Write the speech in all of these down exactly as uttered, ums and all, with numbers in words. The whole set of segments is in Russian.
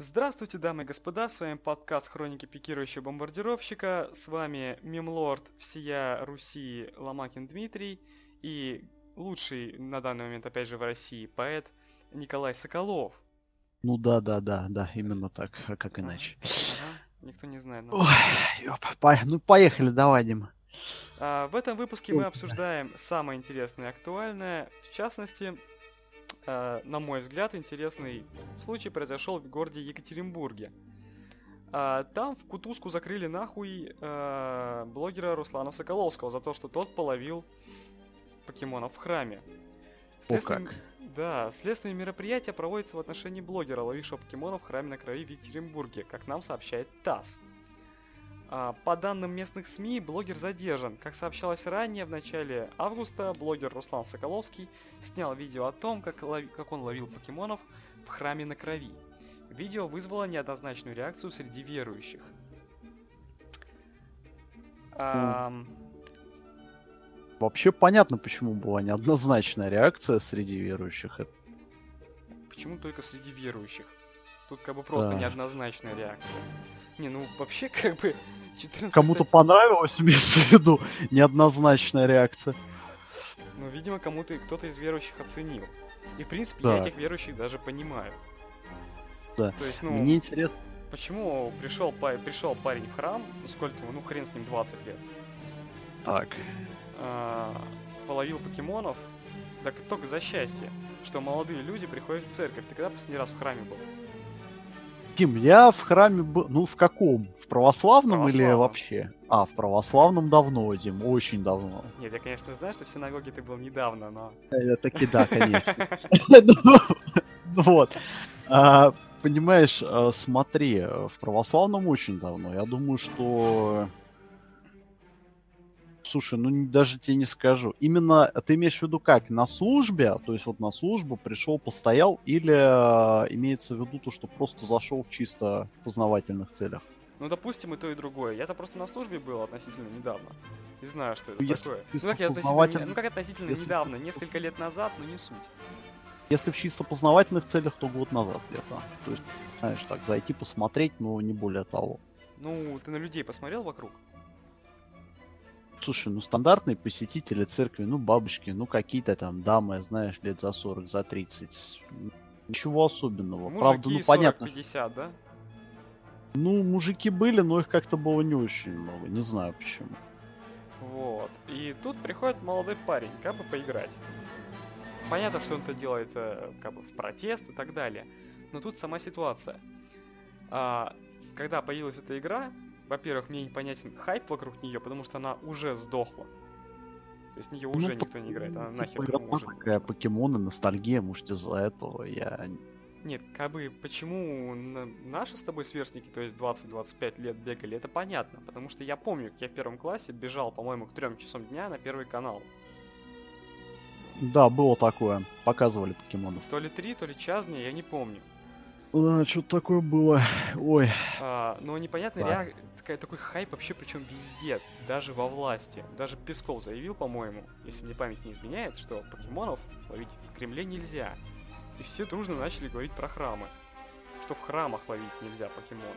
Здравствуйте, дамы и господа, с вами подкаст «Хроники пикирующего бомбардировщика», с вами мемлорд всея Руси Ломакин Дмитрий и лучший на данный момент, опять же, в России поэт Николай Соколов. Ну да, да, да, да, именно так, а как Ага, иначе. ага, никто не знает, но Ой, ты знаешь. ёп, по- ну поехали, давай, Дима. А, в этом выпуске мы обсуждаем самое интересное и актуальное, в частности, а, на мой взгляд, интересный случай произошел в городе Екатеринбурге. А, там в кутузку закрыли нахуй э, блогера Руслана Соколовского за то, что тот половил покемонов в храме. О Следственные, как. да, следственные мероприятия проводятся в отношении блогера, ловившего покемонов в храме на крови в Екатеринбурге, как нам сообщает ТАСС. А, по данным местных СМИ, блогер задержан. Как сообщалось ранее, в начале августа блогер Руслан Соколовский снял видео о том, как, лови, как он ловил покемонов в храме на крови. Видео вызвало неоднозначную реакцию среди верующих. Ну, Ам, вообще понятно, почему была неоднозначная реакция среди верующих. Это, почему только среди верующих? Тут как бы просто неоднозначная реакция. Не, ну вообще как бы четырнадцатая кому-то статья... понравилось, имеется в виду неоднозначная реакция. Ну, видимо, кому-то кто-то из верующих оценил. И, в принципе, я Да, этих верующих даже понимаю. да. То есть, ну, Мне интересно. почему пришел, па- пришел парень в храм, ну сколько ему, ну хрен с ним, двадцать лет, Так. а, половил покемонов, так только за счастье, что молодые люди приходят в церковь. Ты когда последний раз в храме был? Дим, я в храме был. Ну, в каком? В В православном или православном. вообще? А, в православном давно, Дим, очень давно. Нет, я, конечно, знаю, что в синагоге ты был недавно, но... Я таки да, конечно. Ну вот. А, понимаешь, а, смотри, э, в православном очень давно. Я думаю, что... Слушай, ну не- даже тебе не скажу. Именно ты имеешь в виду как? На службе? То есть вот на службу пришел, постоял? Или э, имеется в виду то, что просто зашел в чисто познавательных целях? Ну, допустим, и то, и другое. Я-то просто на службе был относительно недавно. И знаю, что это Ну, если такое. в Ну, чисто как я относительно... не- Ну, познавательных... как относительно Если, недавно, несколько лет назад, но не суть. если в чисто познавательных целях, то год назад где-то. То есть, знаешь, так, зайти посмотреть, но не более того. Ну, ты на людей посмотрел вокруг? Слушай, ну стандартные посетители церкви, ну бабушки, ну какие-то там дамы, знаешь, лет за сорок, за тридцать. Ничего особенного. Правда, ну Мужики понятно, что... сорок-пятьдесят, да? Ну, мужики были, но их как-то было не очень много. Не знаю почему. Вот. И тут приходит молодой парень, как бы поиграть. Понятно, что он это делает э, как бы в протест и так далее. Но тут сама ситуация. А, с- когда появилась эта игра, во-первых, мне непонятен хайп вокруг нее, потому что она уже сдохла. То есть в нее Ну, уже по- никто не играет, она нахер типа игра никому уже не такая, нужна. покемоны, ностальгия, может, из-за этого я... Нет, как бы почему на- наши с тобой сверстники, то есть двадцать-двадцать пять лет бегали, это понятно. Потому что я помню, как я в первом классе бежал, по-моему, к трем часам дня на первый канал. Да, было такое. Показывали покемонов. То ли три, то ли час дня, я не помню. Да, что-то такое было. Ой. А, но непонятно, Да. реак... такая, такой хайп вообще, причем везде, даже во власти. Даже Песков заявил, по-моему, если мне память не изменяет, что покемонов ловить в Кремле нельзя. И все дружно начали говорить про храмы. Что в храмах ловить нельзя покемонов.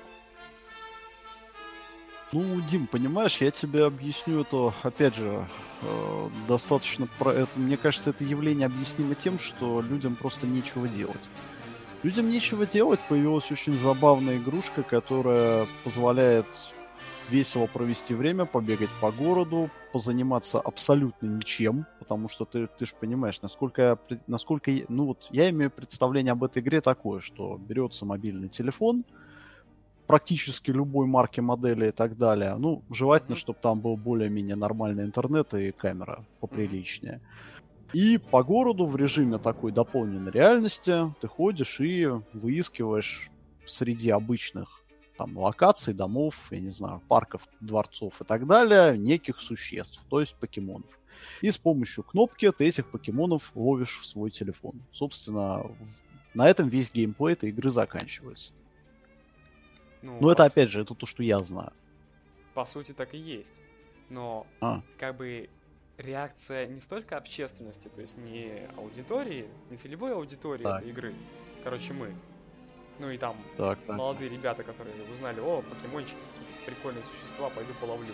Ну, Дим, понимаешь, я тебе объясню это, опять же, э, достаточно про это. Мне кажется, это явление объяснимо тем, что людям просто нечего делать. Людям нечего делать, появилась очень забавная игрушка, которая позволяет весело провести время, побегать по городу, позаниматься абсолютно ничем, потому что ты, ты же понимаешь, насколько, я пред- насколько, я- ну вот я имею представление об этой игре такое, что берется мобильный телефон, практически любой марки, модели и так далее. Ну, желательно, Угу, чтобы там был более-менее нормальный интернет и камера угу. поприличнее. И по городу в режиме такой дополненной реальности ты ходишь и выискиваешь среди обычных там локаций, домов, я не знаю, парков, дворцов и так далее, неких существ, то есть покемонов. И с помощью кнопки ты этих покемонов ловишь в свой телефон. Собственно, в- на этом весь геймплей этой игры заканчивается. Ну, Но по, это, с- опять же, это то, что я знаю. по сути так и есть. Но, А, как бы, реакция не столько общественности, то есть не аудитории, не целевой аудитории так. этой игры, короче, мы, Ну и там Так, так. молодые ребята, которые узнали, о, покемончики, какие-то прикольные существа, пойду половлю.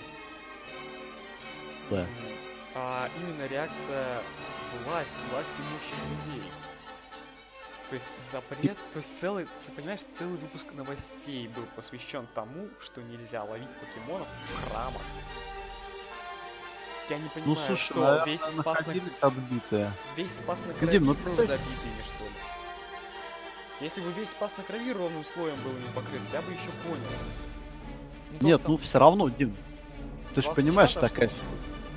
Да. А именно реакция власть, власть имущих людей. То есть запрет, то есть целый, ты понимаешь, целый выпуск новостей был посвящен тому, что нельзя ловить покемонов в храмах. Я не понимаю, Ну слушай, что наверное, весь спас на... находились отбитые. весь спас на Ну, крови Дим, ну был представь- забитыми, что ли? Если бы весь спас на крови ровным слоем был не покрыт, я бы еще понял. Ну, то, Нет, что ну там все равно, Дим, ты же два понимаешь, сучата, такая... что ли?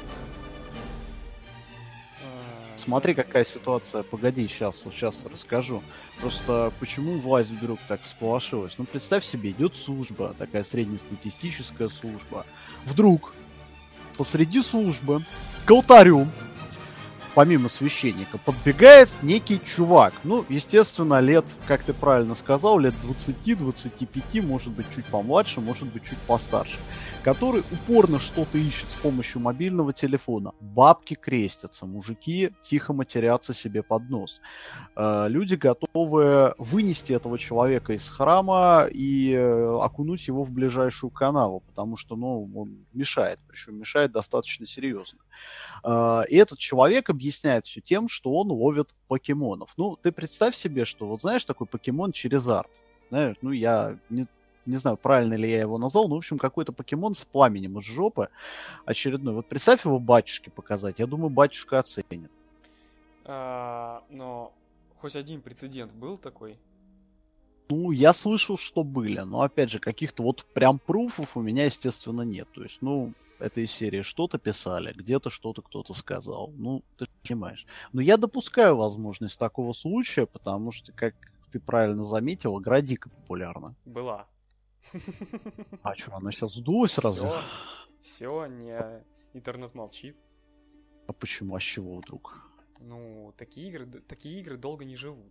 А, Смотри, какая ситуация. Погоди, сейчас, вот сейчас расскажу. Просто почему власть вдруг так всполошилась? Ну, представь себе, идет служба, такая среднестатистическая служба. Вдруг посреди службы к алтарю, помимо священника, подбегает некий чувак. Ну, естественно, лет, как ты правильно сказал, лет двадцати-двадцати пяти, может быть, чуть помладше, может быть, чуть постарше, который упорно что-то ищет с помощью мобильного телефона. Бабки крестятся, мужики тихо матерятся себе под нос. Э, Люди готовы вынести этого человека из храма и э, окунуть его в ближайшую канаву, потому что, ну, он мешает, причем мешает достаточно серьезно. Э, И этот человек объясняет все тем, что он ловит покемонов. Ну, ты представь себе, что вот знаешь такой покемон Черезард. Знаешь, ну я не, не знаю, правильно ли я его назвал, но, в общем, какой-то покемон с пламенем из жопы очередной. Вот представь его батюшке показать, я думаю, батюшка оценит. а, но хоть один прецедент был такой. Ну, я слышал, что были, но, опять же, каких-то вот прям пруфов у меня, естественно, нет. То есть, ну, это из серии что-то писали, где-то что-то кто-то сказал. Ну, ты понимаешь. Но я допускаю возможность такого случая, потому что, как ты правильно заметил, игра дико популярна. Была. А что, она сейчас сдулась сразу? Все, все, не интернет молчит. А почему? А с чего вдруг? Ну, такие игры, д- такие игры долго не живут.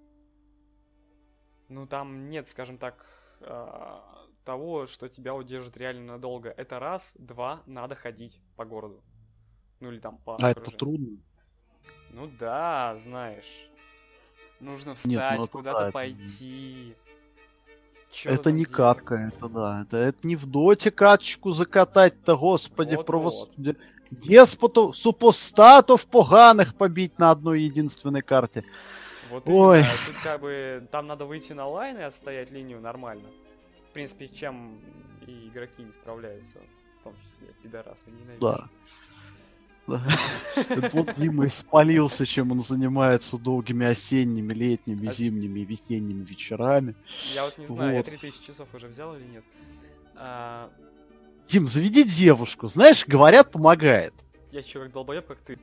Ну, там нет, скажем так, а, того, что тебя удержит реально надолго. Это раз, два, надо ходить по городу. Ну, или там по А это окружению. трудно? Ну да, знаешь. Нужно Нет, встать, ну это куда-то да, это- пойти. Чё-то Это там не делать. катка, это да. Это, это не в доте каточку закатать-то, господи, Вот-вот. правосудие. Деспоту, супостатов поганых побить на одной единственной карте. Вот Ой. именно, тут как бы, там надо выйти на лайн и отстоять линию нормально. В принципе, с чем и игроки не справляются, в том числе пидорасы, ненавижу. Да. Да. Это вот Дима испалился, чем он занимается долгими осенними, летними, А- зимними и весенними вечерами. Я вот не знаю, я Вот. три тысячи часов уже взял или нет. А, Дим, заведи девушку. Знаешь, говорят, помогает. я чё, как долбоёб, как ты.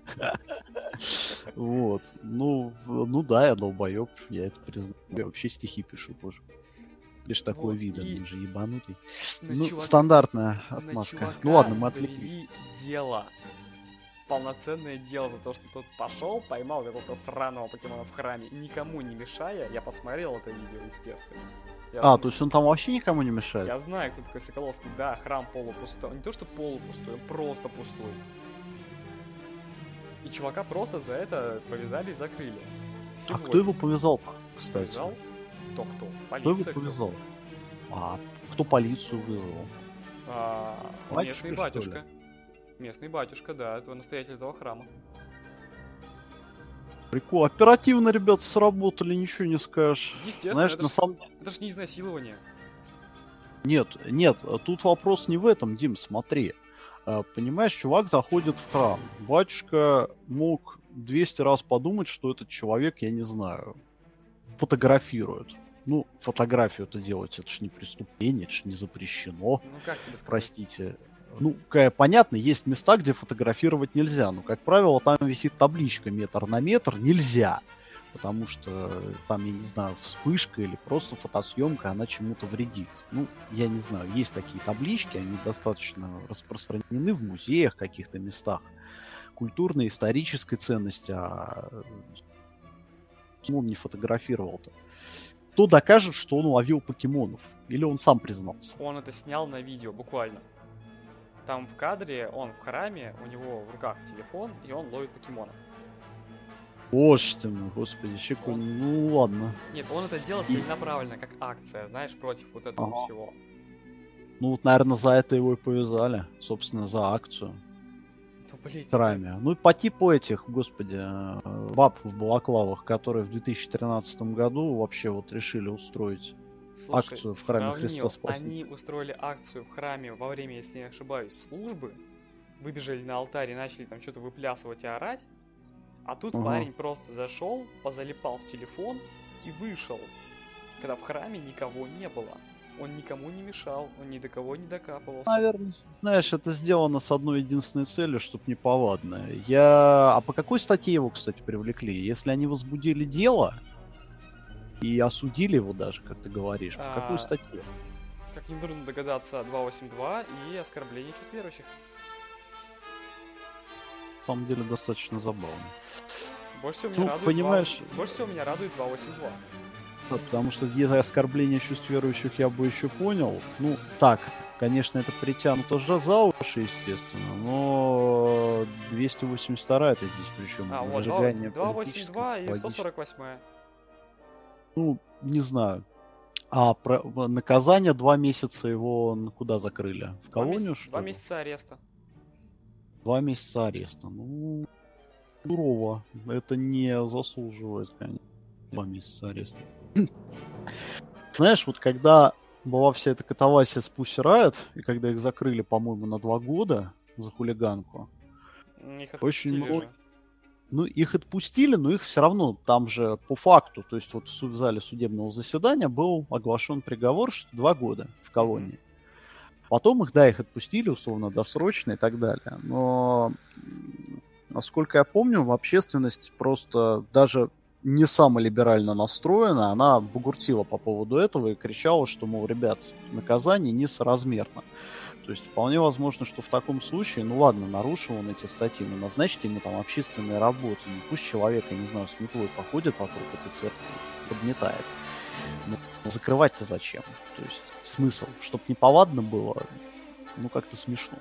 Вот. Ну, в- ну да, я долбоеб, я это признаю. Я вообще стихи пишу тоже. Лишь такой Вот, вида, и он же ебанутый. на Ну, чувака- стандартная на отмазка. чувака Ну ладно, мы отвлеклись. завели дело. Полноценное дело за то, что тот пошел, поймал какого-то сраного покемона в храме, никому не мешая. Я посмотрел это видео, естественно. Я А, знаю- то есть он там вообще никому не мешает? Я знаю, кто такой Соколовский. Да, храм полупустой. Не то, что полупустой, он просто пустой. И чувака просто за это повязали и закрыли. А Сегодня. кто его повязал-то, кстати? Повязал? Кто кто? Кто его Полиция кто? повязал? А, кто полицию вызвал? А, Батюшка, местный что ли? батюшка. Местный батюшка, да, это настоятель этого храма. Прикол. Оперативно, ребят, сработали, ничего не скажешь. Естественно, Знаешь, это, на ж, самом это ж не изнасилование. Нет, нет, тут вопрос не в этом, Дим, смотри. А, Понимаешь, чувак заходит в храм. Батюшка мог двести раз подумать, что этот человек, я не знаю, фотографирует. Ну, фотографию это делать, это ж не преступление, это ж не запрещено. Ну как тебе сказать? Простите. Ну, ка- понятно, есть места, где фотографировать нельзя, но, как правило, там висит табличка метр на метр нельзя, потому что там, я не знаю, вспышка или просто фотосъемка, она чему-то вредит. Ну, я не знаю, есть такие таблички, они достаточно распространены в музеях, каких-то местах культурной, исторической ценности, а почему он не фотографировал-то? Кто докажет, что он ловил покемонов? Или он сам признался? Он это снял на видео, буквально. Там в кадре, он в храме, у него в руках телефон, и он ловит покемонов. Боже ты мой, господи, Чеку, ну ладно. Нет, он это делал целенаправленно, как акция, знаешь, против вот этого Ага. всего. Ну вот, наверное, за это его и повязали, собственно, за акцию. Ну, блин, В храме. Ну, по типу этих, господи, э, баб в балаклавах, которые в две тысячи тринадцатом году вообще вот решили устроить слушай, акцию в храме сравнил, Христа Спасителя. они устроили акцию в храме во время, если не ошибаюсь, службы, выбежали на алтарь и начали там что-то выплясывать и орать, а тут Ага. парень просто зашел, позалипал в телефон и вышел, когда в храме никого не было. Он никому не мешал, он ни до кого не докапывался. Наверное, знаешь, это сделано с одной единственной целью, чтобы неповадно. Я... А по какой статье его, кстати, привлекли? Если они возбудили дело и осудили его даже, как ты говоришь, по какой А, статье? Как нетрудно догадаться, два восемь два и оскорбление чувств верующих. На самом деле достаточно забавно. Больше всего Ну, меня радует понимаешь- два... Больше всего меня радует два восемь два. Да, потому что если оскорбление чувств верующих я бы еще понял. Ну, так, конечно, это притянуто же за уши, естественно, но двести восемьдесят два это здесь причем. А, вот, выжигание два восемь политической два и логики. сто сорок восемь. Ну, не знаю. А про... наказание два месяца его н- куда закрыли? В Два, колонию, меся- что два ли? месяца ареста. Два месяца ареста. Ну, сурово. Это не заслуживает, конечно, два месяца ареста. Знаешь, вот когда была вся эта катавасия с Pussy Riot, и когда их закрыли, по-моему, на два года за хулиганку, Их Очень отпустили много- же. ну, их отпустили, но их все равно там же по факту, то есть вот в суд- в зале судебного заседания был оглашен приговор, что два года в колонии. Потом их, да, их отпустили, условно, досрочно и так далее. Но, м, насколько я помню, общественность просто даже не самая либерально настроена, она бугуртила по поводу этого и кричала, что, мол, ребят, наказание несоразмерно. То есть вполне возможно, что в таком случае, ну ладно, нарушил он эти статьи, но назначьте ему там общественные работы. Ну, пусть человек, я не знаю, с метлой походит вокруг этой церкви, подметает. Ну, закрывать-то зачем? То есть смысл, чтобы неповадно было, ну как-то смешно.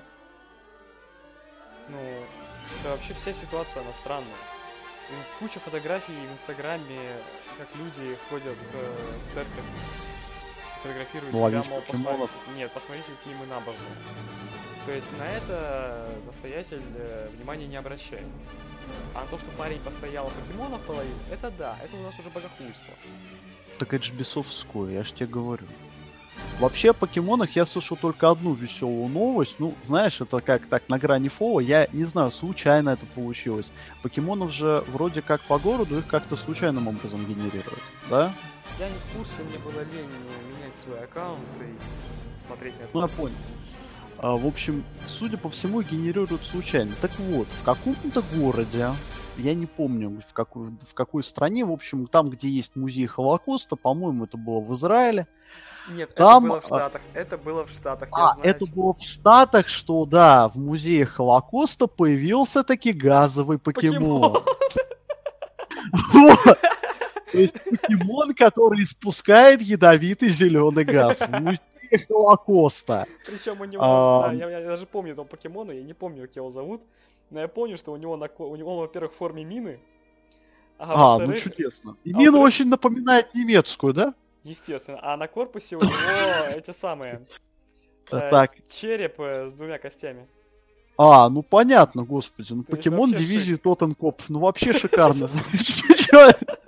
Ну, это вообще вся ситуация, она странная. И куча фотографий в Инстаграме, как люди ходят э, в церковь, фотографируют себя, Ловить мол, покемонов. посмотрите, нет, посмотрите, какие мы набожные. То есть на это настоятель э, внимания не обращает. А на то, что парень постоял, покемонов половил, это да, это у нас уже богохульство. Так это же бесовское, я же тебе говорю. Вообще о покемонах я слышал только одну веселую новость. Ну, знаешь, это как так на грани фола. Я не знаю, случайно это получилось. Покемонов же вроде как по городу их как-то случайным образом генерируют, да? Я не в курсе, мне было лень менять свой аккаунт и смотреть на это. Ну, я понял. А, в общем, судя по всему, генерируют случайно. Так вот, в каком-то городе, я не помню, в какой, в какой стране, в общем, там, где есть музей Холокоста, по-моему, это было в Израиле. Нет, Там, это было в а- Штатах, это было в Штатах, я А, знаю. это было в Штатах, что, да, в музее Холокоста появился таки газовый покемон. Вот. То есть покемон, который испускает ядовитый зеленый газ в музее Холокоста. Причем у него, А, да, я, я даже помню этого покемона, я не помню, как его зовут, но я помню, что у него, на, ко- у него он, во-первых, в форме мины, а, А, ну во-вторых, чудесно. И а мина во-вторых- очень напоминает немецкую, да? естественно, а на корпусе у него эти самые, э, Так. череп э, с двумя костями. А, ну понятно, господи. Ну, То есть покемон вообще дивизии Тоттенкоп. Ну вообще шикарно. Чё?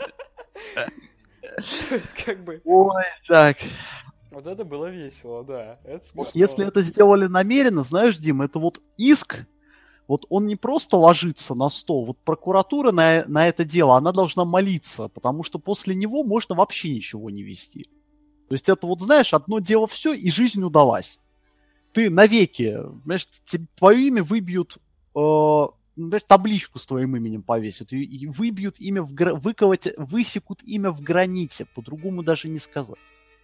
То есть, как бы, Ой, так. вот это было весело, да, это смешно. Если это сделали намеренно, знаешь, Дим, это вот иск, вот он не просто ложится на стол. Вот прокуратура на, на это дело, она должна молиться, потому что после него можно вообще ничего не вести. То есть это вот, знаешь, одно дело все, и жизнь удалась. Ты навеки, знаешь, те- твое имя выбьют, э, знаешь, табличку с твоим именем повесят, и, и выбьют имя, в гра- выковать, высекут имя в граните, по-другому даже не сказать.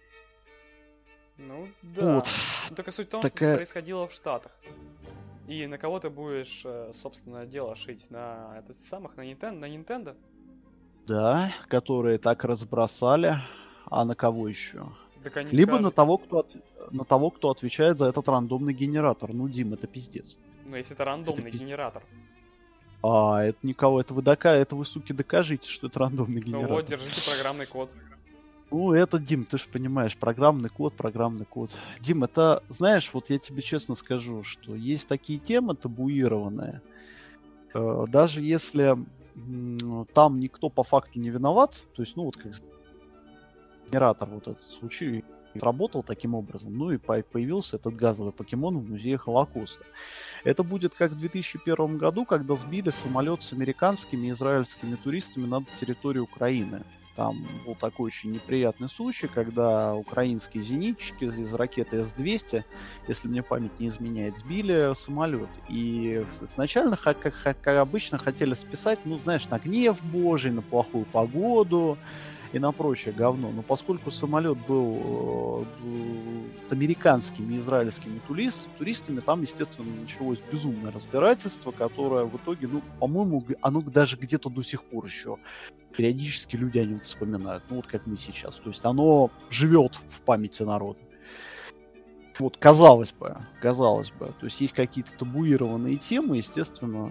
Ну, да. Вот. Ну, только суть в том, Такая- что это происходило в Штатах. И на кого ты будешь, э, собственно, дело шить? На этот самых, на Nintendo? На Nintendo? Да, которые так разбросали, а на кого еще? Так они Либо на скажут, того, кто от- на того, кто отвечает за этот рандомный генератор. Ну, Дим, это пиздец. ну, если это рандомный пиздец. генератор. А, это никого, это вы, дока... это вы, суки, докажите, что это рандомный Ну генератор. вот, держите программный код. Ну, это, Дим, ты же понимаешь, программный код, программный код. Дим, это, знаешь, вот я тебе честно скажу, что есть такие темы табуированные. Э, даже если м, там никто по факту не виноват, то есть, ну, вот как генератор вот этот случай работал таким образом, ну и по- появился этот газовый покемон в музее Холокоста. Это будет как в две тысячи первом году, когда сбили самолет с американскими и израильскими туристами над территорией Украины. Там был такой очень неприятный случай, когда украинские зенитчики из ракеты эс двести, если мне память не изменяет, сбили самолет. И сначала, как, как, как обычно, хотели списать, ну, знаешь, на гнев Божий, на плохую погоду и на прочее говно. Но поскольку самолет был э, американскими и израильскими турист, туристами, там, естественно, началось безумное разбирательство, которое в итоге, ну, по-моему, оно даже где-то до сих пор еще периодически люди о нем вспоминают. Ну, вот как мы сейчас. То есть оно живет в памяти народа. Вот, казалось бы, казалось бы. То есть есть какие-то табуированные темы, естественно.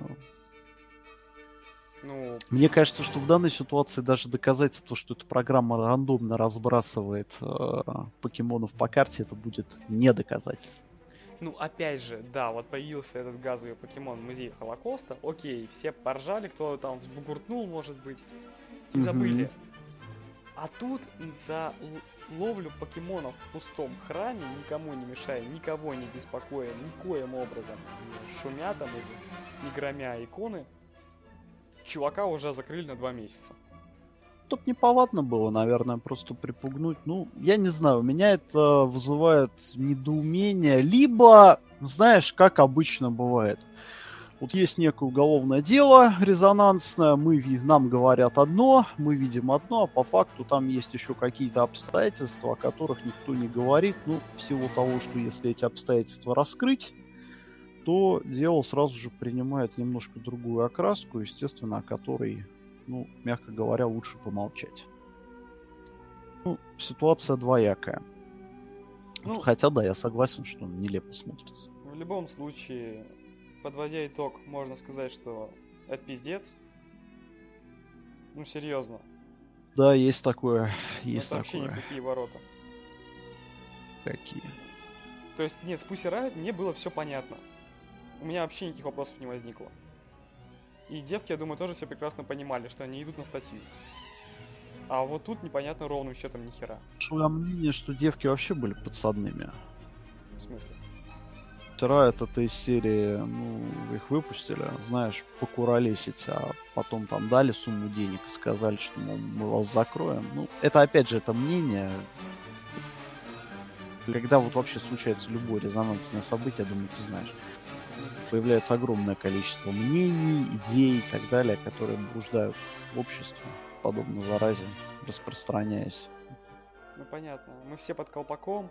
Ну, мне кажется, что в данной ситуации даже доказательство, что эта программа рандомно разбрасывает э, покемонов по карте, это будет не доказательство. Ну, опять же, да, вот появился этот газовый покемон в музее Холокоста. Окей, все поржали, кто там взбугуртнул, может быть, и забыли. Mm-hmm. А тут за ловлю покемонов в пустом храме, никому не мешая, никого не беспокоя, никоим образом, не шумя там или не громя иконы, чувака уже закрыли на два месяца. Тут неповадно было, наверное, просто припугнуть. Ну, я не знаю, у меня это вызывает недоумение. Либо, знаешь, как обычно бывает. Вот есть некое уголовное дело резонансное, мы, нам говорят одно, мы видим одно, а по факту там есть еще какие-то обстоятельства, о которых никто не говорит. Ну, в силу того, что если эти обстоятельства раскрыть, то дело сразу же принимает немножко другую окраску, естественно, о которой, ну, мягко говоря, лучше помолчать. Ну, ситуация двоякая. Ну, хотя, да, я согласен, что он нелепо смотрится. В любом случае, подводя итог, можно сказать, что это пиздец. Ну, серьезно. Да, есть такое, есть это такое. вообще никакие ворота. Какие? То есть, нет, с Pussy Riot мне было все понятно. У меня вообще никаких вопросов не возникло. И девки, я думаю, тоже все прекрасно понимали, что они идут на статью. А вот тут непонятно ровным счетом ни хера. Свое мнение, что девки вообще были подсадными. В смысле? Вчера это из серии, ну, их выпустили, знаешь, покуролесить, а потом там дали сумму денег и сказали, что, мол, мы вас закроем. Ну, это опять же, это мнение. Когда вот вообще случается любое резонансное событие, я думаю, ты знаешь, появляется огромное количество мнений, идей и так далее, которые блуждают в обществе, подобно заразе, распространяясь. Ну, понятно. Мы все под колпаком.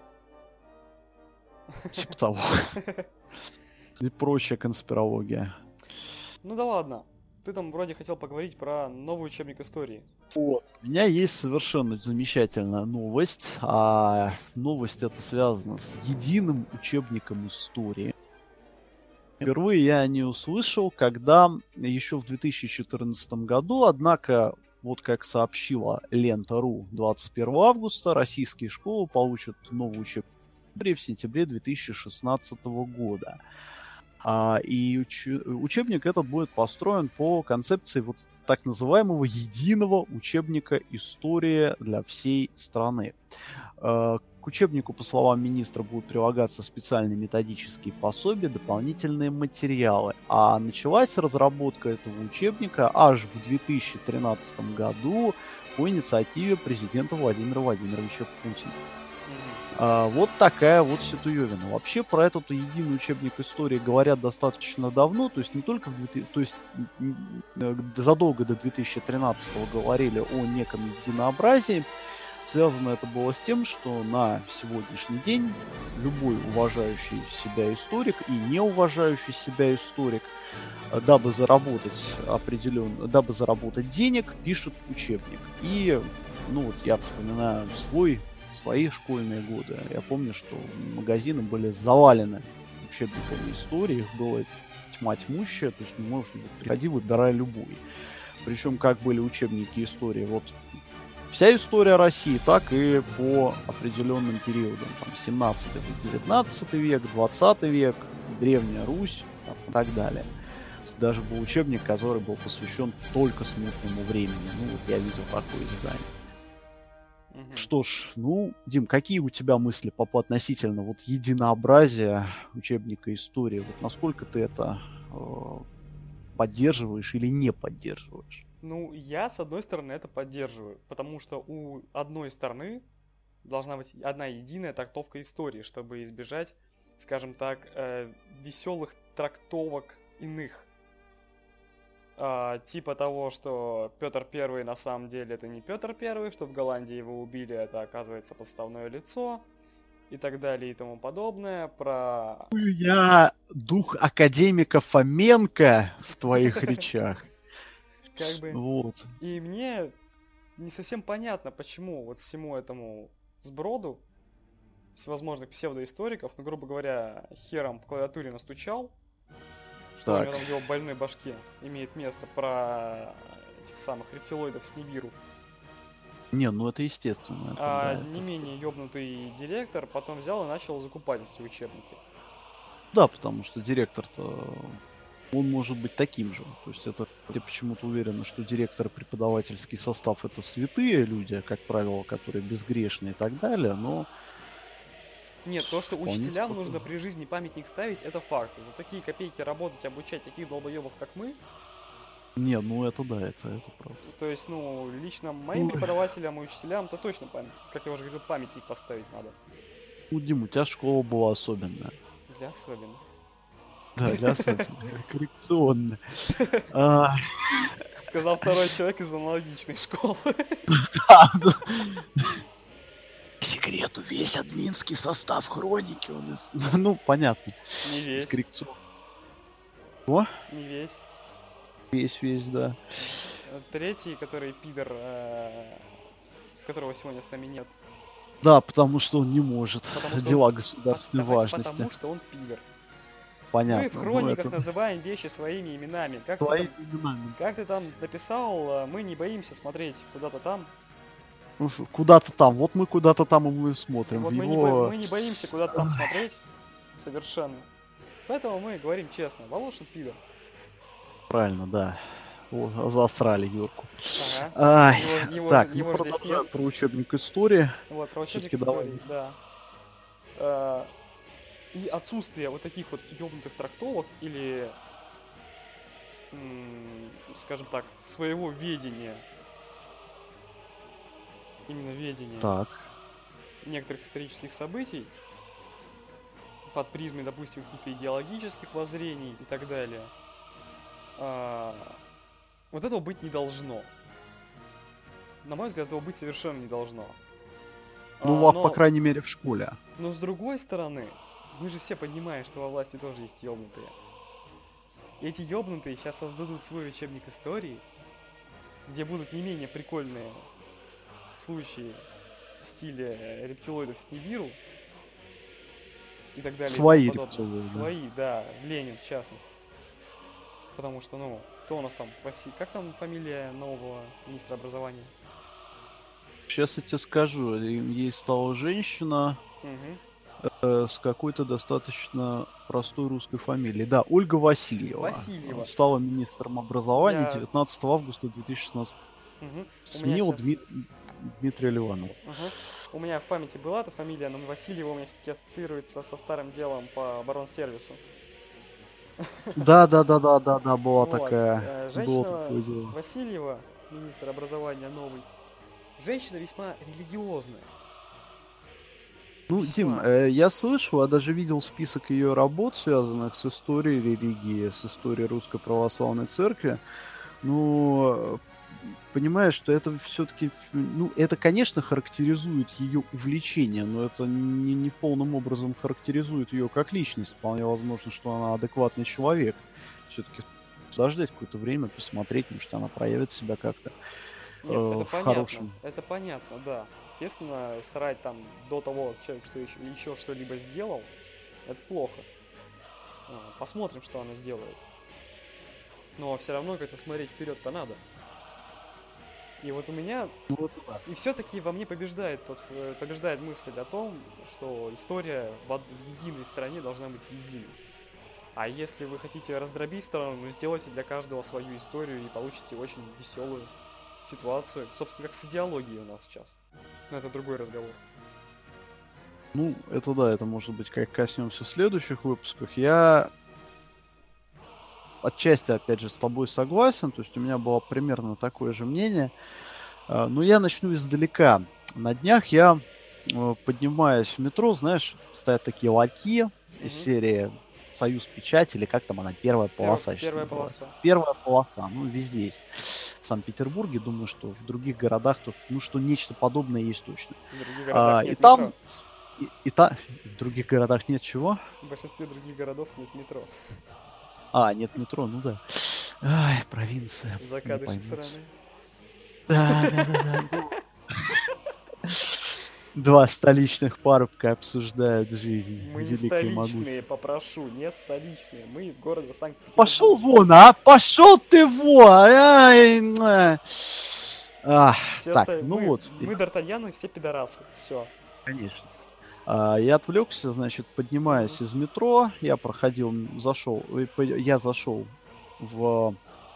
Типа того. И прочая конспирология. Ну да ладно. Ты там вроде хотел поговорить про новый учебник истории. О, у меня есть совершенно замечательная новость. А новость эта связана с единым учебником истории. Впервые я не услышал, когда еще в две тысячи четырнадцатом году, однако, вот как сообщила Лента точка ру, двадцать первого августа российские школы получат новый учебник в сентябре две тысячи шестнадцатого года. А, и уч... учебник этот будет построен по концепции вот так называемого единого учебника истории для всей страны. А, к учебнику, по словам министра, будут прилагаться специальные методические пособия, дополнительные материалы. А началась разработка этого учебника аж в две тысячи тринадцатом году по инициативе президента Владимира Владимировича Путина. А, вот такая вот ситуевина. Вообще про этот единый учебник истории говорят достаточно давно, то есть не только в две тысячи, то есть задолго до две тысячи тринадцатого говорили о неком единообразии. Связано это было с тем, что на сегодняшний день любой уважающий себя историк и не уважающий себя историк, дабы заработать определенно, дабы заработать денег, пишет учебник. И, ну вот я вспоминаю свой свои школьные годы. Я помню, что магазины были завалены учебниками истории, их было тьма тьмущая, то есть не может быть, приходи, выбирай любой. Причем как были учебники истории, вот вся история России, так и по определенным периодам, там, семнадцатый девятнадцатый век, двадцатый век, Древняя Русь, там, и так далее. Даже был учебник, который был посвящен только смутному времени. Ну, вот я видел такое издание. Угу. Что ж, ну, Дим, какие у тебя мысли по относительно вот единообразия учебника истории? Вот насколько ты это э, поддерживаешь или не поддерживаешь? Ну, я, с одной стороны, это поддерживаю, потому что у одной стороны должна быть одна единая трактовка истории, чтобы избежать, скажем так, э, веселых трактовок иных. А, типа того, что Петр Первый на самом деле это не Петр Первый, что в Голландии его убили, это оказывается подставное лицо, и так далее и тому подобное. Про... Я дух академика Фоменко в твоих речах. Как бы... Вот. И мне не совсем понятно, почему вот всему этому сброду всевозможных псевдоисториков, ну, грубо говоря, хером по клавиатуре настучал, что так. У него там в его больной башке имеет место про этих самых рептилоидов с Нибиру. Не, ну это естественно. Это, а да, не это... менее ёбнутый директор потом взял и начал закупать эти учебники. Да, потому что директор-то, он может быть таким же. То есть это, я почему-то уверен, что директор и преподавательский состав это святые люди, как правило, которые безгрешные и так далее, но... Нет, то, что учителям нужно при жизни памятник ставить, это факт. За такие копейки работать, обучать таких долбоебов, как мы. Не, ну это да, это, это правда. То есть, ну, лично моим Ой. преподавателям и учителям-то точно, память, как я уже говорил, памятник поставить надо. Ну, Дим, у тебя школа была особенная. Для особенных. Да, для особенных. Коррекционная. Сказал второй человек из аналогичной школы. Да, да. Секрету весь админский состав хроники он из... Ну, понятно. Не весь. О? Не весь. Весь, весь, да. Третий, который пидор, э, с которого сегодня с нами нет. Да, потому что он не может. Потому Дела он... государственной потому, важности. Потому что он пидор. Понятно. Мы в хрониках это... называем вещи своими именами. Как своими ты, там, именами. Как ты там написал, мы не боимся смотреть куда-то там. Куда-то там. Вот мы куда-то там и мы смотрим. Вот мы, его... не бо... мы не боимся куда-то там смотреть. Совершенно. Поэтому мы говорим честно. Волошин пидор. Правильно, да. О, засрали Юрку. Ага. А, его, его, так, его ну продолжаем про учебник истории. Вот, про учебник истории, давай. да. А, и отсутствие вот таких вот ёбнутых трактовок или, м- скажем так, своего ведения. Именно ведения. Так. Некоторых исторических событий под призмой, допустим, каких-то идеологических воззрений и так далее. А, вот этого быть не должно. На мой взгляд, этого быть совершенно не должно. Ну, а, но, по крайней мере, в школе. Но с другой стороны, мы же все понимаем, что во власти тоже есть ёбнутые. И эти ёбнутые сейчас создадут свой учебник истории, где будут не менее прикольные случаи в стиле рептилоидов с Нибиру и так далее. Свои и рептилоиды. Свои, да, Ленин в частности. Потому что, ну, кто у нас там? Как там фамилия нового министра образования? Сейчас я тебе скажу. Ей стала женщина угу. э, с какой-то достаточно простой русской фамилией. Да, Ольга Васильева. Васильева. Стала министром образования я... девятнадцатого августа две тысячи шестнадцатого. Угу. Сменила сейчас... Дми... Дмитрия Ливанова. Угу. У меня в памяти была эта фамилия, но Васильева у меня все-таки ассоциируется со старым делом по оборонсервису. Да, да, да, да, да, да, была вот. такая. Женщина такое Васильева, министр образования новый, женщина весьма религиозная. Ну, весьма. Дим, э, я слышу, а даже видел список ее работ, связанных с историей религии, с историей Русской Православной Церкви. Ну, понимаешь, что это все-таки, ну, это, конечно, характеризует ее увлечение, но это не, не полным образом характеризует ее как личность. Вполне возможно, что она адекватный человек. Все-таки подождать какое-то время, посмотреть, может, она проявит себя как-то. Нет, э, это в понятно, хорошем. Это понятно, да. Естественно, срать там до того, как человек что еще, еще что-либо сделал, это плохо. Посмотрим, что она сделает. Но все равно как-то смотреть вперед-то надо. И вот у меня, и все-таки во мне побеждает, тот, побеждает мысль о том, что история в, од... в единой стране должна быть единой. А если вы хотите раздробить страну, ну сделайте для каждого свою историю и получите очень веселую ситуацию. Собственно, как с идеологией у нас сейчас. Но это другой разговор. Ну, это да, это может быть как коснемся в следующих выпусках. Я отчасти, опять же, с тобой согласен. То есть у меня было примерно такое же мнение. Но я начну издалека. На днях я, поднимаясь в метро, знаешь, стоят такие ларьки mm-hmm. из серии «Союз Печать», или как там она, первая полоса. Первая полоса. Первая полоса, ну, везде есть. В Санкт-Петербурге, думаю, что в других городах, то, ну, что нечто подобное есть точно. В других городах а, нет и метро. Там, и, и та... В других городах нет чего? В большинстве других городов нет метро. А, нет метро, ну да. Ай, провинция. Закадыши сраные. Да, да, да, да. Два столичных парубка обсуждают жизнь. Мы не столичные, попрошу, не столичные. Мы из города Санкт-Петербург. Пошел вон, а! Пошел ты вон! Ай, а, так, ста... ну мы, вот. Мы Д'Артаньяны, все пидорасы. Все. Конечно. А, я отвлекся, значит, поднимаясь mm-hmm. из метро, я проходил, зашел, я зашел в,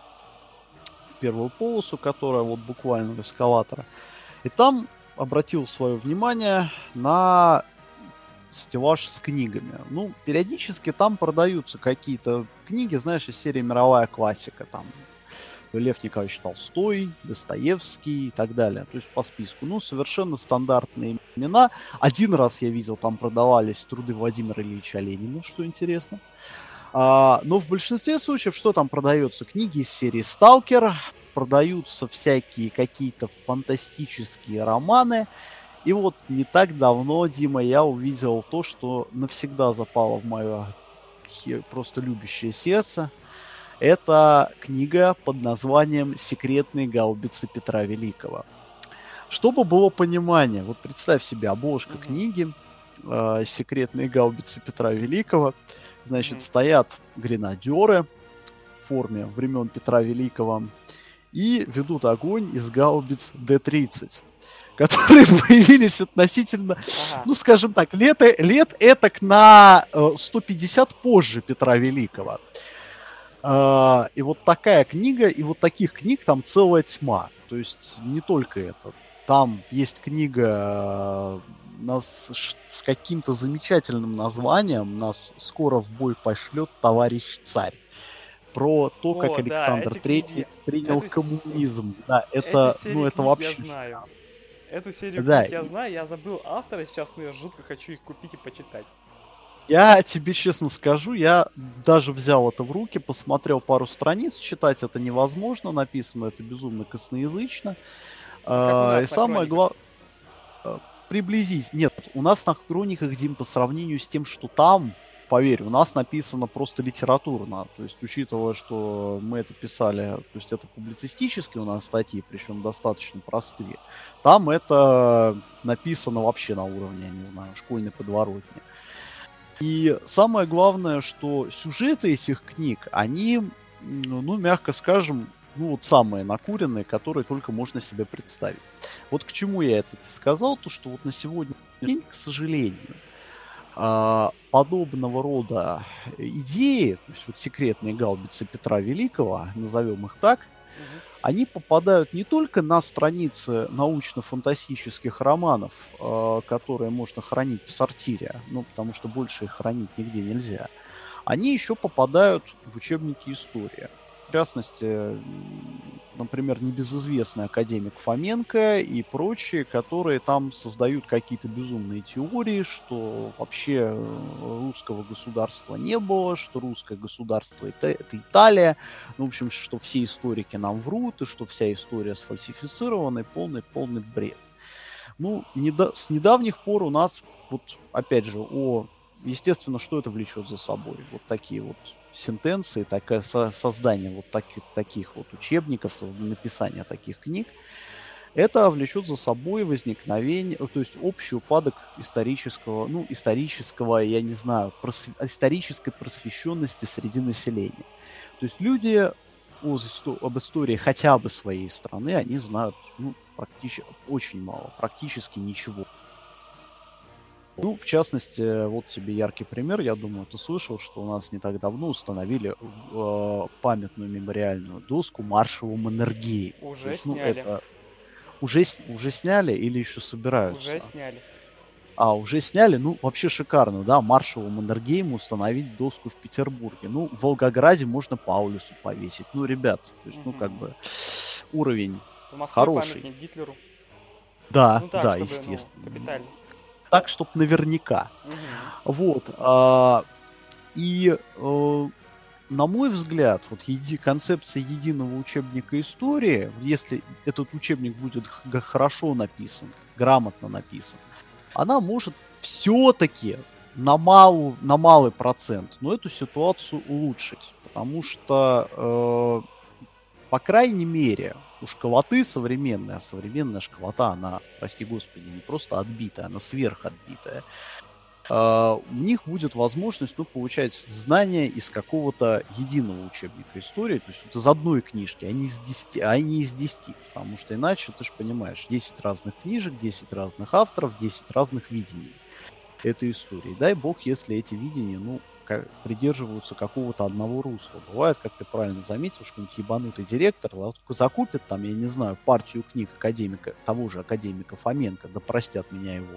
в первую полосу, которая вот буквально у эскалатора. И там обратил свое внимание на стеллаж с книгами. Ну, периодически там продаются какие-то книги, знаешь, из серии «Мировая классика». Там Лев Николаевич Толстой, Достоевский и так далее. То есть по списку. Ну, совершенно стандартные имена. Один раз я видел, там продавались труды Владимира Ильича Ленина, что интересно. А, но в большинстве случаев, что там продается? Книги из серии «Сталкер», продаются всякие какие-то фантастические романы. И вот не так давно, Дима, я увидел то, что навсегда запало в мое просто любящее сердце. Это книга под названием «Секретные гаубицы Петра Великого». Чтобы было понимание, вот представь себе обложка mm-hmm. книги э, «Секретные гаубицы Петра Великого». Значит, mm-hmm. стоят гренадеры в форме времен Петра Великого и ведут огонь из гаубиц Д тридцать, которые появились относительно, ага. ну, скажем так, лет, лет этак на э, сто пятьдесят позже Петра Великого. Uh, и вот такая книга, и вот таких книг там целая тьма. То есть не только это. Там есть книга uh, нас, с каким-то замечательным названием «Нас скоро в бой пошлет товарищ царь». Про то, О, как Александр да, Третий книги... принял Эту... коммунизм. Да, это, ну, это вообще... Я знаю. Эту серию да. книг я знаю, я забыл автора сейчас, но я жутко хочу их купить и почитать. Я тебе честно скажу, я даже взял это в руки, посмотрел пару страниц, читать это невозможно, написано это безумно косноязычно. А, и самое главное, приблизить. Нет, у нас на хрониках, Дим, по сравнению с тем, что там, поверь, у нас написано просто литературно. То есть, учитывая, что мы это писали, то есть это публицистические у нас статьи, причем достаточно простые, там это написано вообще на уровне, я не знаю, школьной подворотни. И самое главное, что сюжеты этих книг, они, ну, мягко скажем, ну, вот самые накуренные, которые только можно себе представить. Вот к чему я это сказал, то что вот на сегодняшний день, к сожалению, подобного рода идеи, то есть вот секретные гаубицы Петра Великого, назовем их так, угу. они попадают не только на страницы научно-фантастических романов, э, которые можно хранить в сортире, ну, потому что больше их хранить нигде нельзя, они еще попадают в учебники истории. В частности, например, небезызвестный академик Фоменко и прочие, которые там создают какие-то безумные теории, что вообще русского государства не было, что русское государство это, это Италия, ну, в общем, что все историки нам врут, и что вся история сфальсифицирована, и полный-полный бред. Ну, недо... с недавних пор у нас, вот, опять же, о... естественно, что это влечет за собой? Вот такие вот сентенции, такое со- создание вот таких, таких вот учебников, создание, написание таких книг. это влечет за собой возникновение, то есть общий упадок исторического, ну, исторического, я не знаю, просв... исторической просвещенности среди населения. То есть люди о, об истории хотя бы своей страны, они знают, ну, практически очень мало, практически ничего. Ну, в частности, вот тебе яркий пример. Я думаю, ты слышал, что у нас не так давно установили э, памятную мемориальную доску маршалу Маннергейму. То Уже есть, ну, сняли. это уже, уже сняли или еще собираются? Уже сняли. А, уже сняли? Ну, вообще шикарно, да, маршалу Маннергейму установить доску в Петербурге. Ну, в Волгограде можно Паулюсу повесить. Ну, ребят, то есть, Угу. ну, как бы, уровень В Москве хороший. памятник Гитлеру. Да, Ну так, да, чтобы, естественно. ну, капитально. Так, чтобы наверняка. Угу. Вот. А, и, э, на мой взгляд, вот еди, концепция единого учебника истории, если этот учебник будет х- хорошо написан, грамотно написан, она может все-таки на, малу, на малый процент, но эту ситуацию улучшить. Потому что, э, по крайней мере, у школоты современная, а современная школота, она, прости господи, не просто отбитая, она сверхотбитая. Uh, у них будет возможность, ну, получать знания из какого-то единого учебника истории, то есть вот из одной книжки, а не из десяти, а не из десяти, потому что иначе, ты же понимаешь, десять разных книжек, десять разных авторов, десять разных видений этой истории. Дай бог, если эти видения, ну, как, придерживаются какого-то одного русла. Бывает, как ты правильно заметил, что какой-нибудь ебанутый директор закупит там, я не знаю, партию книг академика, того же академика Фоменко, да простят меня его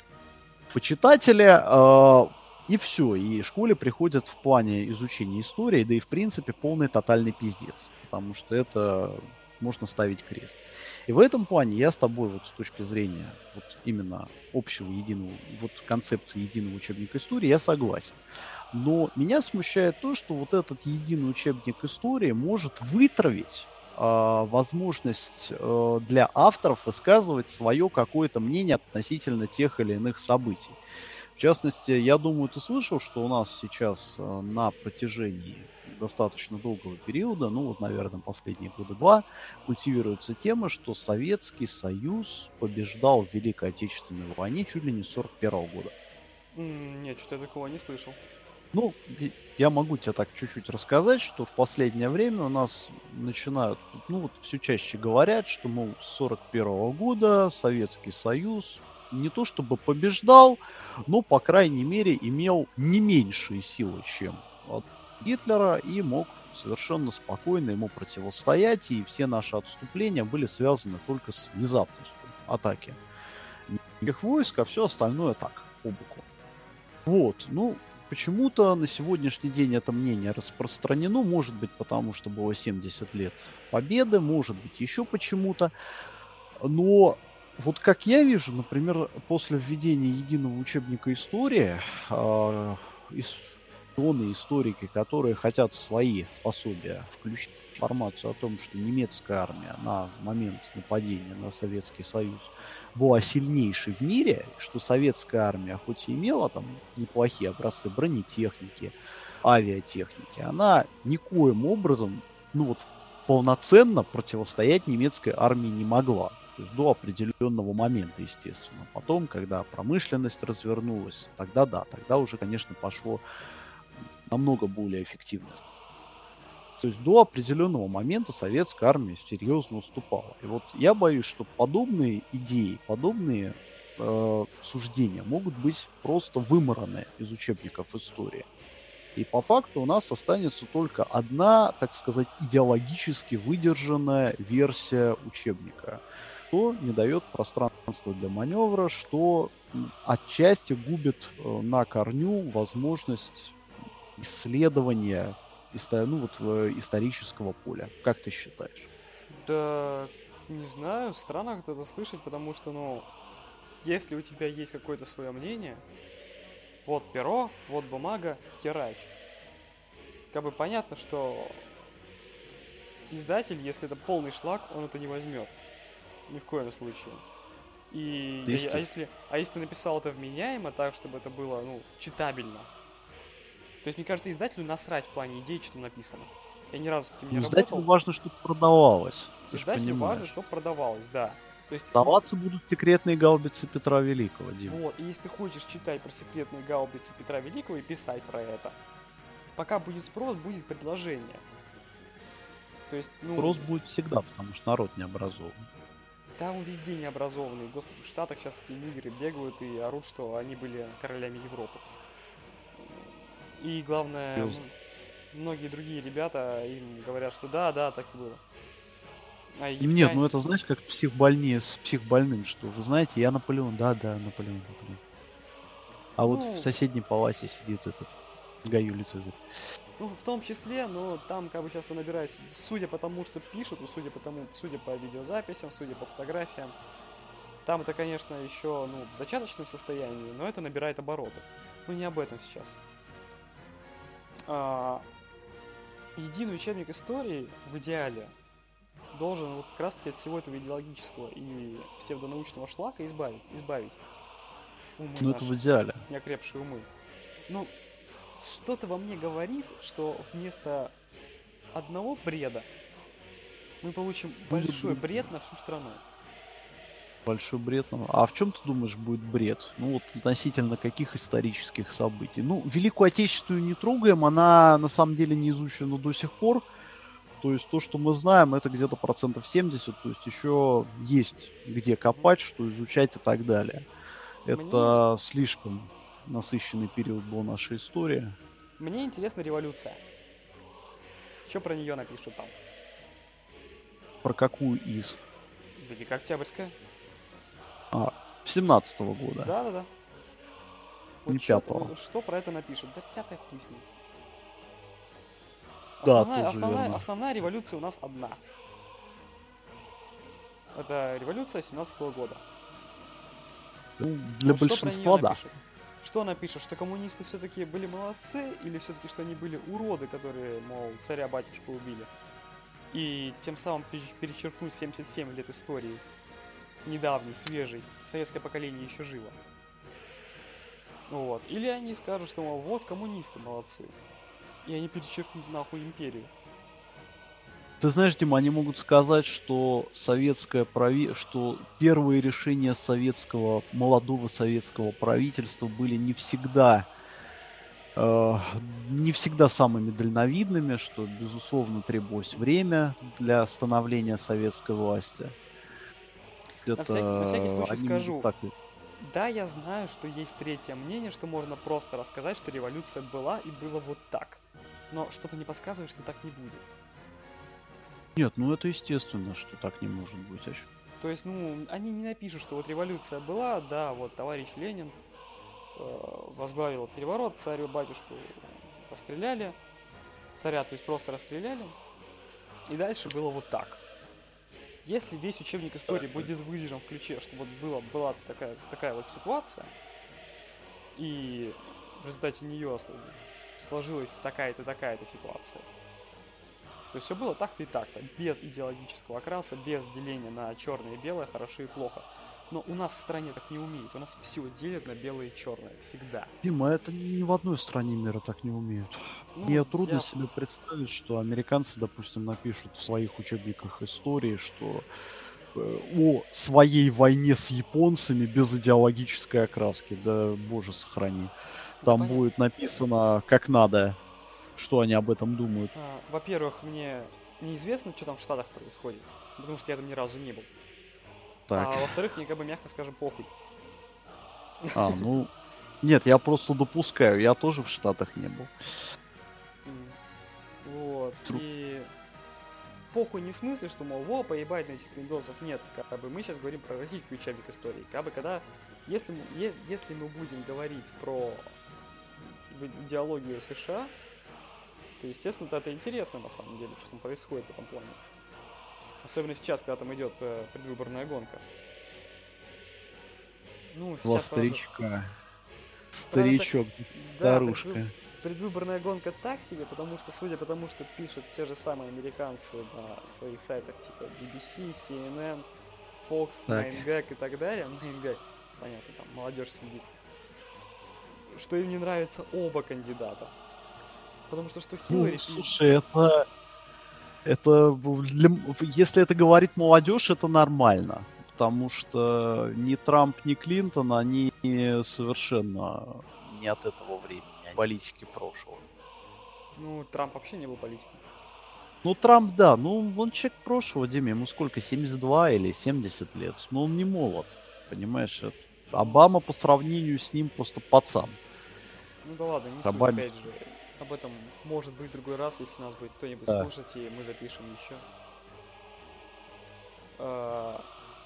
почитатели, э, и все. И школе приходят в плане изучения истории, да и в принципе полный тотальный пиздец. Потому что это можно ставить крест. И в этом плане я с тобой вот с точки зрения вот именно общего единого, вот концепции единого учебника истории я согласен. Но меня смущает то, что вот этот единый учебник истории может вытравить э, возможность э, для авторов высказывать свое какое-то мнение относительно тех или иных событий. В частности, я думаю, ты слышал, что у нас сейчас э, на протяжении достаточно долгого периода, ну вот, наверное, последние года два, культивируется тема, что Советский Союз побеждал в Великой Отечественной войне чуть ли не с сорок первого года. Нет, что-то я такого не слышал. Ну, я могу тебе так чуть-чуть рассказать, что в последнее время у нас начинают, ну вот все чаще говорят, что, мол, с сорок первого года Советский Союз не то чтобы побеждал, но, по крайней мере, имел не меньшие силы, чем от Гитлера, и мог совершенно спокойно ему противостоять, и все наши отступления были связаны только с внезапностью атаки никаких войск, а все остальное так, по боку. Вот, ну, почему-то на сегодняшний день это мнение распространено, может быть, потому что было семьдесят лет победы, может быть, еще почему-то. Но вот как я вижу, например, после введения единого учебника истории, э, истории, историки, которые хотят в свои пособия включить информацию о том, что немецкая армия на момент нападения на Советский Союз была сильнейшей в мире, что советская армия хоть и имела там неплохие образцы бронетехники, авиатехники, она никоим образом, ну вот, полноценно противостоять немецкой армии не могла. То есть до определенного момента, естественно. Потом, когда промышленность развернулась, тогда да, тогда уже, конечно, пошло намного более эффективно. То есть до определенного момента советская армия серьезно уступала. И вот я боюсь, что подобные идеи, подобные э, суждения могут быть просто вымораны из учебников истории. И по факту у нас останется только одна, так сказать, идеологически выдержанная версия учебника, что не дает пространства для маневра, что отчасти губит э, на корню возможность исследования ну, вот, исторического поля. Как ты считаешь? Да, не знаю, странно как-то это слышать, потому что, ну, если у тебя есть какое-то свое мнение, вот перо, вот бумага, херач. Как бы понятно, что издатель, если это полный шлак, он это не возьмет. Ни в коем случае. И а если, а если ты написал это вменяемо, так, чтобы это было, ну, читабельно. То есть, мне кажется, издателю насрать в плане идей, что там написано. Я ни разу с этим не ну, работал. Издателю важно, чтобы продавалось. Издателю важно, чтобы продавалось, да. То есть, Даваться будут секретные гаубицы Петра Великого, Дим. Вот, и если ты хочешь читать про секретные гаубицы Петра Великого и писать про это, пока будет спрос, будет предложение. То есть, ну... Спрос будет всегда, потому что народ не образован. Там везде необразованные. Господи, в Штатах сейчас эти нигеры бегают и орут, что они были королями Европы. И главное, Серьезно? многие другие ребята им говорят, что да, да, так и было. А египтяне... Нет, ну это знаешь, как психбольнее с психбольным, что вы знаете, я Наполеон, да, да, Наполеон, Наполеон. А ну, вот в соседней палате сидит этот Гаюлий Цезарь. Ну, в том числе, но там как бы сейчас набираюсь, судя по тому, что пишут, и судя по тому, судя по видеозаписям, судя по фотографиям, там это, конечно, еще, ну, в зачаточном состоянии, но это набирает обороты. Ну, не об этом сейчас. А, единый учебник истории в идеале должен вот как раз-таки от всего этого идеологического и псевдонаучного шлака избавить, избавить умы Ну это наши, в идеале. неокрепшие умы. Ну, что-то во мне говорит, что вместо одного бреда мы получим Будет большой другой. бред на всю страну. Большой бред. Ну, а в чем ты думаешь будет бред? Ну вот относительно каких исторических событий? Ну, Великую Отечественную не трогаем, она на самом деле не изучена до сих пор. То есть то, что мы знаем, это где-то процентов семьдесят, то есть еще есть где копать, что изучать и так далее. Мне, Это слишком насыщенный период был нашей истории. мне интересна революция. Что про нее напишут там? Про какую из? Великая Октябрьская. А, семнадцатого года, Да-да-да. не Вот чё, пятого. что про это напишут? Да пятая хуй с ним. Да, Основная, тоже основная, верно. основная революция у нас одна. Это революция семнадцатого года. Ну, для Вот что большинства, про нее да. напишут? Что напишут, что коммунисты все-таки были молодцы, или все-таки, что они были уроды, которые, мол, царя-батюшку убили? И тем самым перечеркнуть семьдесят семь лет истории. Недавний, свежий. Советское поколение еще живо. Вот. Или они скажут, что, мол, вот коммунисты молодцы. И они перечеркнут нахуй империю. Ты знаешь, Дима, они могут сказать, что советское прави... что первые решения советского, молодого советского правительства были не всегда э, не всегда самыми дальновидными, что, безусловно, требовалось время для становления советской власти. На всякий, на всякий Это случай они скажу, могут так... да, я знаю, что есть третье мнение, что можно просто рассказать, что революция была и было вот так. Но что-то не подсказывает, что так не будет. Нет, ну это естественно, что так не может быть. А чё? То есть, ну, они не напишут, что вот революция была, да, вот товарищ Ленин э, возглавил переворот, царю-батюшку расстреляли, царя, то есть просто расстреляли, и дальше было вот так. Если весь учебник истории будет выдержан в ключе, что вот была, была такая, такая вот ситуация, и в результате нее сложилась такая-то, такая-то ситуация, то есть все было так-то и так-то, без идеологического окраса, без деления на черное и белое, хорошо и плохо. Но у нас в стране так не умеют, у нас все делят на белое и черное, всегда. Дима, это ни в одной стране мира так не умеют. Ну, Мне трудно я... себе представить, что американцы, допустим, напишут в своих учебниках истории, что э, о своей войне с японцами без идеологической окраски. Да, боже, сохрани. Там Понятно. будет написано как надо, что они об этом думают. А, во-первых, мне неизвестно, что там в Штатах происходит, потому что я там ни разу не был. Так. А во-вторых, мне как бы, мягко скажем, похуй. А, ну... Нет, я просто допускаю, я тоже в Штатах не был. Вот, Тру- и... Похуй не в смысле, что, мол, во, поебать на этих виндосов. Нет, как бы мы сейчас говорим про российский учебник истории. Как бы когда... Если, мы- е- если мы будем говорить про идеологию США, то, естественно, это интересно, на самом деле, что там происходит в этом плане. Особенно сейчас, когда там идет э, предвыборная гонка. Ну, Два сейчас, правда, старичка. правда, Старичок, да, старушка. предвы- предвыборная гонка так себе, потому что, судя по тому, что пишут те же самые американцы на своих сайтах, типа би би си, си эн эн, Fox, Так. найн гэг и так далее, найн гэг, понятно, там молодежь сидит, что им не нравятся оба кандидата. Потому что что Ну, Хиллари... слушай, это... Это... Для... Если это говорит молодежь, это нормально. потому что ни Трамп, ни Клинтон, они совершенно не от этого времени, они политики прошлого. Ну, Трамп вообще не был политиком. Ну, Трамп, да, ну, он человек прошлого, Диме, ему сколько, семьдесят два или семьдесят лет, но он не молод, понимаешь, это- Обама по сравнению с ним просто пацан. Ну да ладно, не суть, Обаме. опять же. Об этом может быть в другой раз, если нас будет кто-нибудь Да. слушать, и мы запишем еще. А,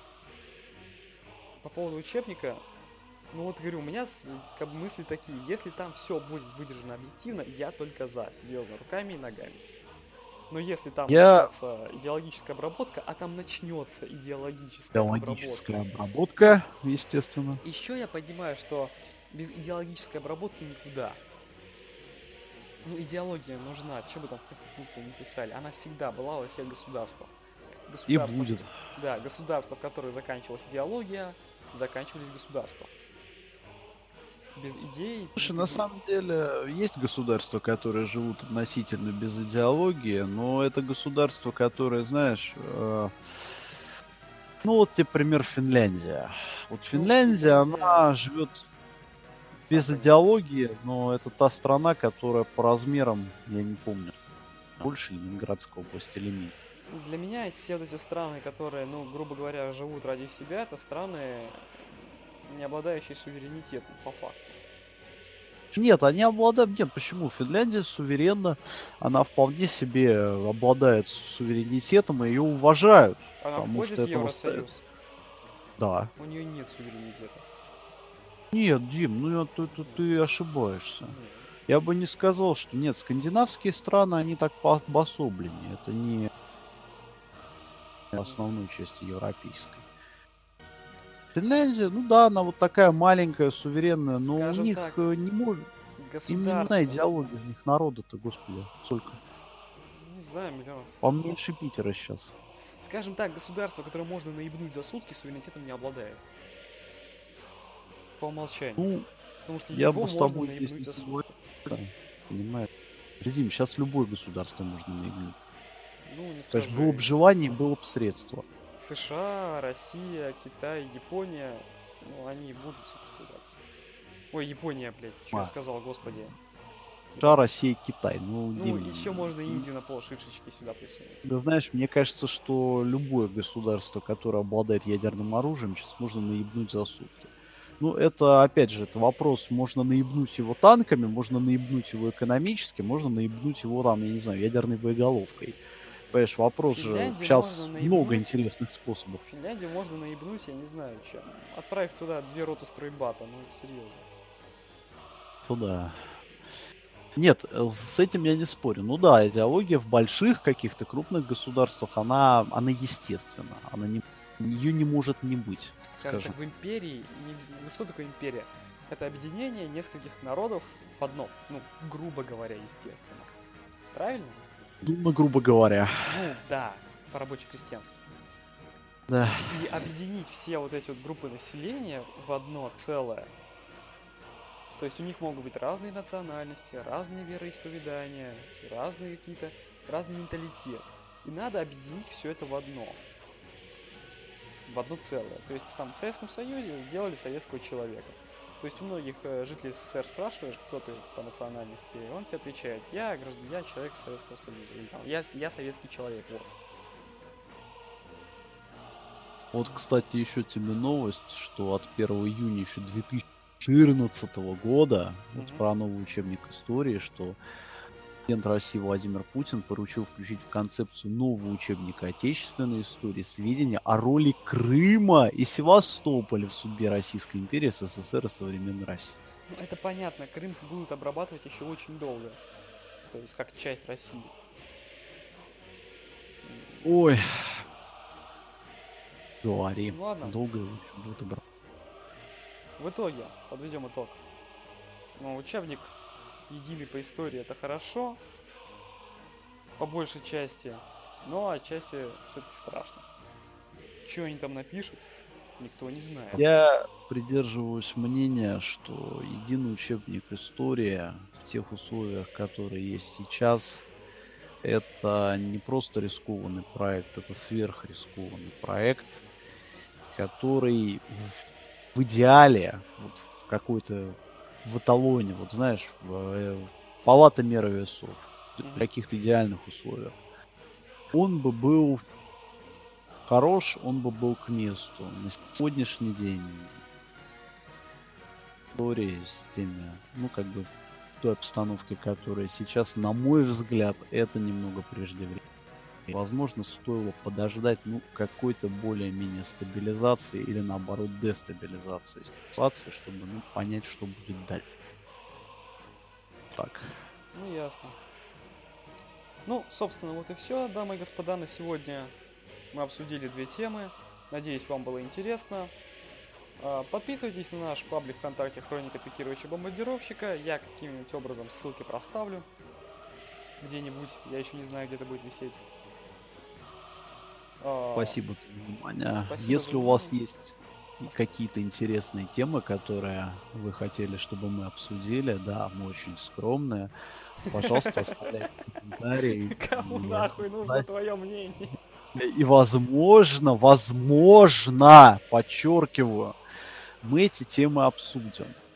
По поводу учебника, ну вот говорю, у меня с- как бы мысли такие, если там все будет выдержано объективно, я только за, серьезно, руками и ногами. Но если там Я начнется идеологическая обработка, а там начнется идеологическая Идеологическая обработка. обработка, естественно. Еще я понимаю, что без идеологической обработки никуда. Ну, идеология нужна, что бы там в Конституции не писали, она всегда была во всех государствах. И Государства, будет. да, государства, в которых заканчивалась идеология, заканчивались государства. Без идей... Слушай, никак на не- самом деле есть государства, которые живут относительно без идеологии, но это государство, которое, знаешь, э, ну вот тебе пример Финляндия. Вот Ну, Финляндия, Финляндия, она живет сам без понимаешь. идеологии, но это та страна, которая по размерам, я не помню, больше Ленинградской области или меньше. Для меня эти все вот эти страны, которые, ну, грубо говоря, живут ради себя, это страны, не обладающие суверенитетом, по факту. Нет, они обладают... Нет, почему? Финляндия суверенна, она вполне себе обладает суверенитетом, и ее уважают, Она потому входит что в это восстает. Евросоюз, Да. у нее нет суверенитета. Нет, Дим, ну я- ты, ты, ты ошибаешься. Ну, Я бы не сказал, что нет, скандинавские страны, они так по- обособлены. Это не основной части европейской. Финляндия, ну да, она вот такая маленькая, суверенная, но у скажем них так, э, не может... Им не нужна государство, идеология, у них народа-то, господи, сколько? не знаю, миллион. По меньше Питера сейчас. Скажем так, государство, которое можно наебнуть за сутки, суверенитетом не обладает. По умолчанию. Ну, Потому что я его бы с можно тобой здесь наебнуть не за согласен, сутки. понимаешь? Резим, сейчас любое государство можно наименовать. Ну, не Конечно, было бы скажи. желание, было бы средство. США, Россия, Китай, Япония, ну, они будут сопротивляться. Ой, Япония, блядь, что я А, сказал, господи. США, Россия, Китай. Ну, Ну, Дим, еще можно м, Индию на полшишечки сюда присунуть. да знаешь, мне кажется, что любое государство, которое обладает ядерным оружием, сейчас можно наебнуть за сутки. Ну, это, опять же, это вопрос, можно наебнуть его танками, можно наебнуть его экономически, можно наебнуть его, там, я не знаю, ядерной боеголовкой. Понимаешь, вопрос же, Финляндию можно сейчас много наебнуть. интересных способов. Финляндию можно наебнуть, я не знаю, чем. Отправив туда две роты стройбата, ну, серьезно. Ну да. Нет, э, с этим я не спорю. Ну да, идеология в больших каких-то крупных государствах, она, она естественна. Она не, ее не может не быть, Скажем скажем. так, в империи, нельзя- ну что такое империя? Это объединение нескольких народов в одно, ну, грубо говоря, естественно. Правильно? Ну, грубо говоря. Ну, да, по-рабоче-крестьянски. Да. И объединить все вот эти вот группы населения в одно целое. То есть у них могут быть разные национальности, разные вероисповедания, разные какие-то, разный менталитет. И надо объединить все это в одно. В одно целое. То есть там в Советском Союзе сделали советского человека. То есть у многих э, жителей СССР спрашиваешь, кто ты по национальности, и он тебе отвечает: я гражданин, я человек Советского Союза. Или там, я, я советский человек, вот. Вот, кстати, еще тебе новость, что от первого июня еще две тысячи четырнадцатого года, вот Мгм. про новый учебник истории, что президент России Владимир Путин поручил включить в концепцию нового учебника отечественной истории сведения о роли Крыма и Севастополя в судьбе Российской империи, СССР и современной России. Ну, это понятно, Крым будут обрабатывать еще очень долго. То есть как часть России. Ой, говори, Ну ладно, долго его еще будут обрабатывать. в итоге, подведем итог. Ну, учебник единый по истории — это хорошо, по большей части, но отчасти все-таки страшно. Что они там напишут, никто не знает. Я придерживаюсь мнения, что единый учебник истории в тех условиях, которые есть сейчас, это не просто рискованный проект, это сверхрискованный проект. который в, в идеале, вот в какой-то в эталоне, вот знаешь, в, в палата меры весов, в каких-то идеальных условиях, он бы был хорош, он бы был к месту. На сегодняшний день истории с теми, ну, как бы в той обстановке, которая сейчас, на мой взгляд, это немного преждевременно. Возможно, стоило подождать, ну, какой-то более-менее стабилизации или, наоборот, дестабилизации ситуации, чтобы, ну, понять, что будет дальше. Так. Ну, ясно. Ну, собственно, вот и все, дамы и господа, на сегодня мы обсудили две темы. Надеюсь, вам было интересно. Подписывайтесь на наш паблик ВКонтакте «Хроника пикирующего бомбардировщика». Я каким-нибудь образом ссылки проставлю где-нибудь. Я еще не знаю, где это будет висеть. Спасибо за внимание. Спасибо Если за у вас внимание. есть какие-то интересные темы, которые вы хотели, чтобы мы обсудили, да, мы очень скромные, пожалуйста, оставляйте комментарии. Кому нахуй нужно твое мнение? И возможно, возможно, подчеркиваю, мы эти темы обсудим.